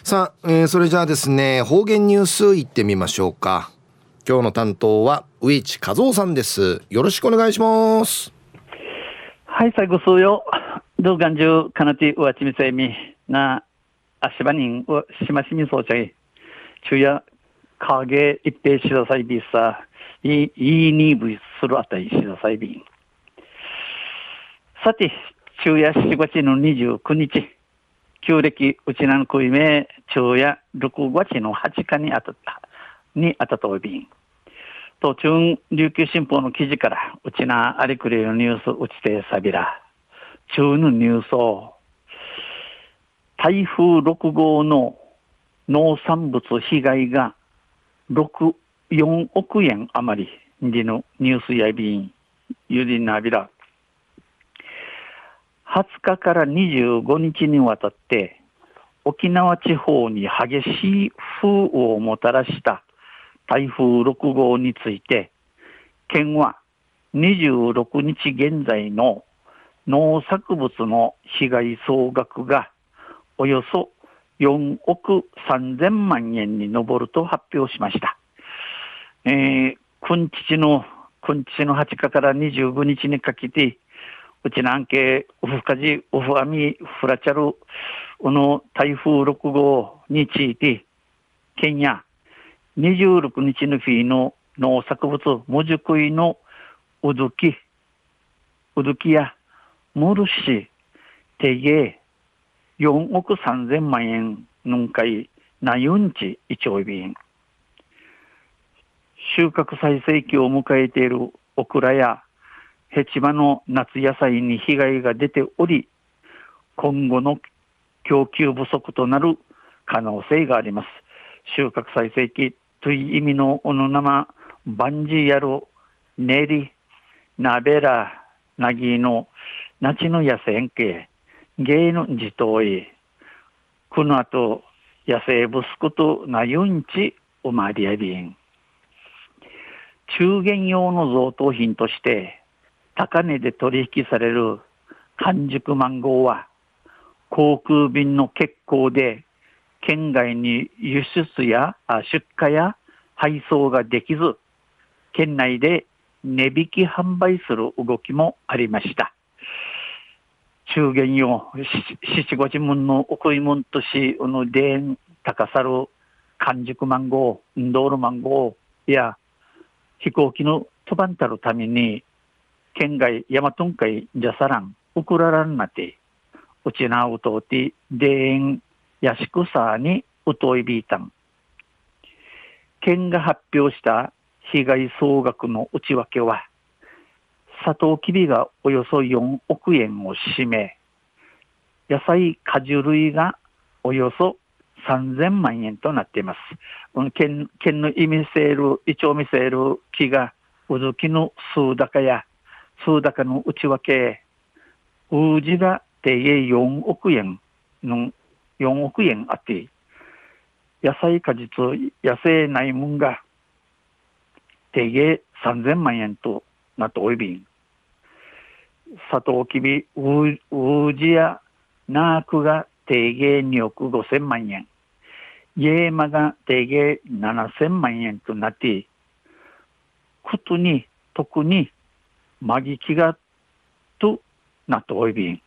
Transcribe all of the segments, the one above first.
さあ、それじゃあですね、方言ニュースいってみましょうか。今日の担当は上地和夫さんです。よろしくお願いします。 はい、最後数よ。動画中、かなてうわちみせみな、あしばにん、しましみそうちゃい。昼夜、影一平しださいびさ、いにぶするあたりしださいびん。さて、昼夜7月の29日、旧暦うちなのくいめ、昼夜6月の8日にあたとびん。途中、琉球新報の記事から、うちなありくれるニュースうちてさびら。中のニュースを、台風6号の農産物被害が4億円余りでのニュースやびん、ゆりなびら。20日から25日にわたって沖縄地方に激しい風雨をもたらした台風6号について、県は26日現在の農作物の被害総額がおよそ4億3000万円に上ると発表しました。今日の20日から25日にかけて、うちなんけ、ウフカジ、ウフアミ、フラチャル、の台風6号について、県や26日の日の農作物、もじゅくいのうどきや、ムルシ、てげ、4億3000万円のかい、なゆんち、いちょいびん。収穫最盛期を迎えているオクラやヘチマの夏野菜に被害が出ており、今後の供給不足となる可能性があります。収穫最盛期という意味のおのなま、バンジやる、ネリ、ナベラ、ナギの、ナチの野生系、ゲイの自頭い、この後、野生ブスクとなゆんち、おまりやびん。中元用の贈答品として、高値で取引される完熟マンゴーは、航空便の欠航で、県外に出荷や配送ができず、県内で値引き販売する動きもありました。中元用、七五時分のお食い物とし、でん高さる完熟マンゴー、道路マンゴーや飛行機の飛ばんたるために、県外、ヤマトン海、ジャサラン、ウクラランナティ、ウチナウトーティ、デーン、ヤシクサにウトイビータン。県が発表した被害総額の内訳は、サトウキビがおよそ4億円を占め、野菜果樹類がおよそ3000万円となっています。県のイチョウミセール木がうずきの数高や数高の内訳、うじが定義4億円あって、野菜果実、野生内門が定義3000万円となっておいびん。サトウキビ、ウジやナークが定義2億5000万円。イエーマが定義7000万円となって、ことに特にマギキがとなっておいびん。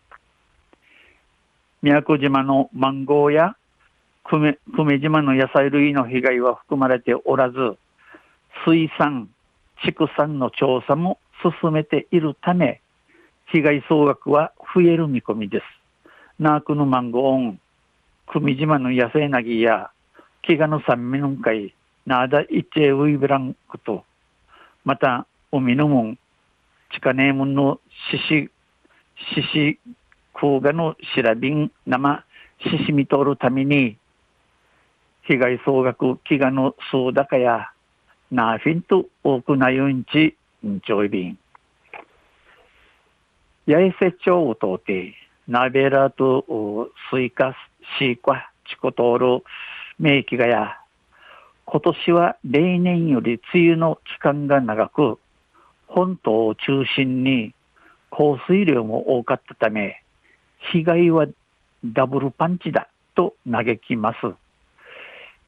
宮古島のマンゴーや久米島の野菜類の被害は含まれておらず、水産、畜産の調査も進めているため、被害総額は増える見込みです。ナークのマンゴーン、久米島の野生ナギや、キガの三味の会、ナーダイチェウイブランクと、また、海のもん、チカネームンのシシクーガのシラビン生シシミとるために、被害総額、キガの数高や、ナーフィンと多くなゆんち、んちょいびん。八重瀬町を通って、ナベラとスイカ、シーカ、チコトール、メイキガや、今年は例年より梅雨の期間が長く、本島を中心に降水量も多かったため、被害はダブルパンチだと嘆きます。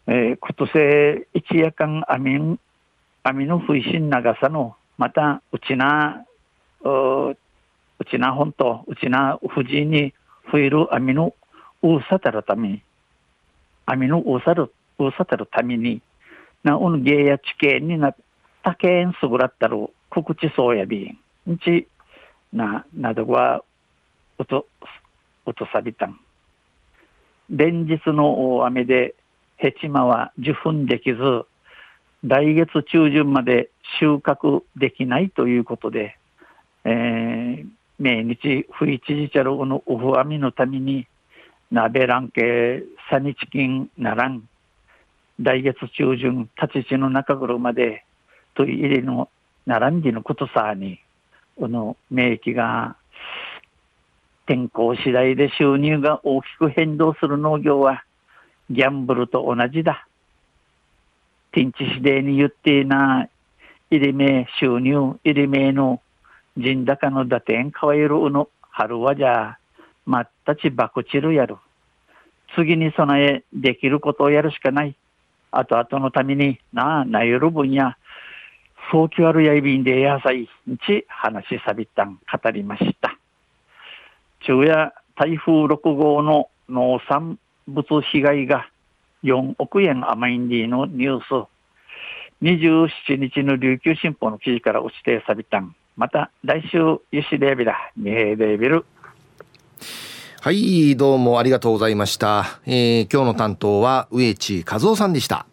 今年一夜間網の不審長さのまたうちな本島うちな富士に増える網のうさたるために網のうさたるためになおの芸や地形になったけんすぐらったる告知そうやびんちなどはうとさびたん連日の大雨でヘチマは受粉できず来月中旬まで収穫できないということで、毎日不一時チャルのオフアミのために鍋ランケサニチキンならん来月中旬立ち地の中頃までと入れの並んでのことさにこの免疫が天候次第で収入が大きく変動する農業はギャンブルと同じだ。天地次第に言っていな入れ目収入入れ目の人高の打点かわゆるの春はじゃまったちばくちるやる。次に備えできることをやるしかない。あとのためになゆる分野早期あるやいびんでやさいち話しさびたん語りました。昼夜台風6号の農産物被害が4億円余りんでのニュース27日の琉球新報の記事から落ちてさびたんまた来週ゆしレービラミヘイレービルはいどうもありがとうございました、今日の担当は植地和夫さんでした。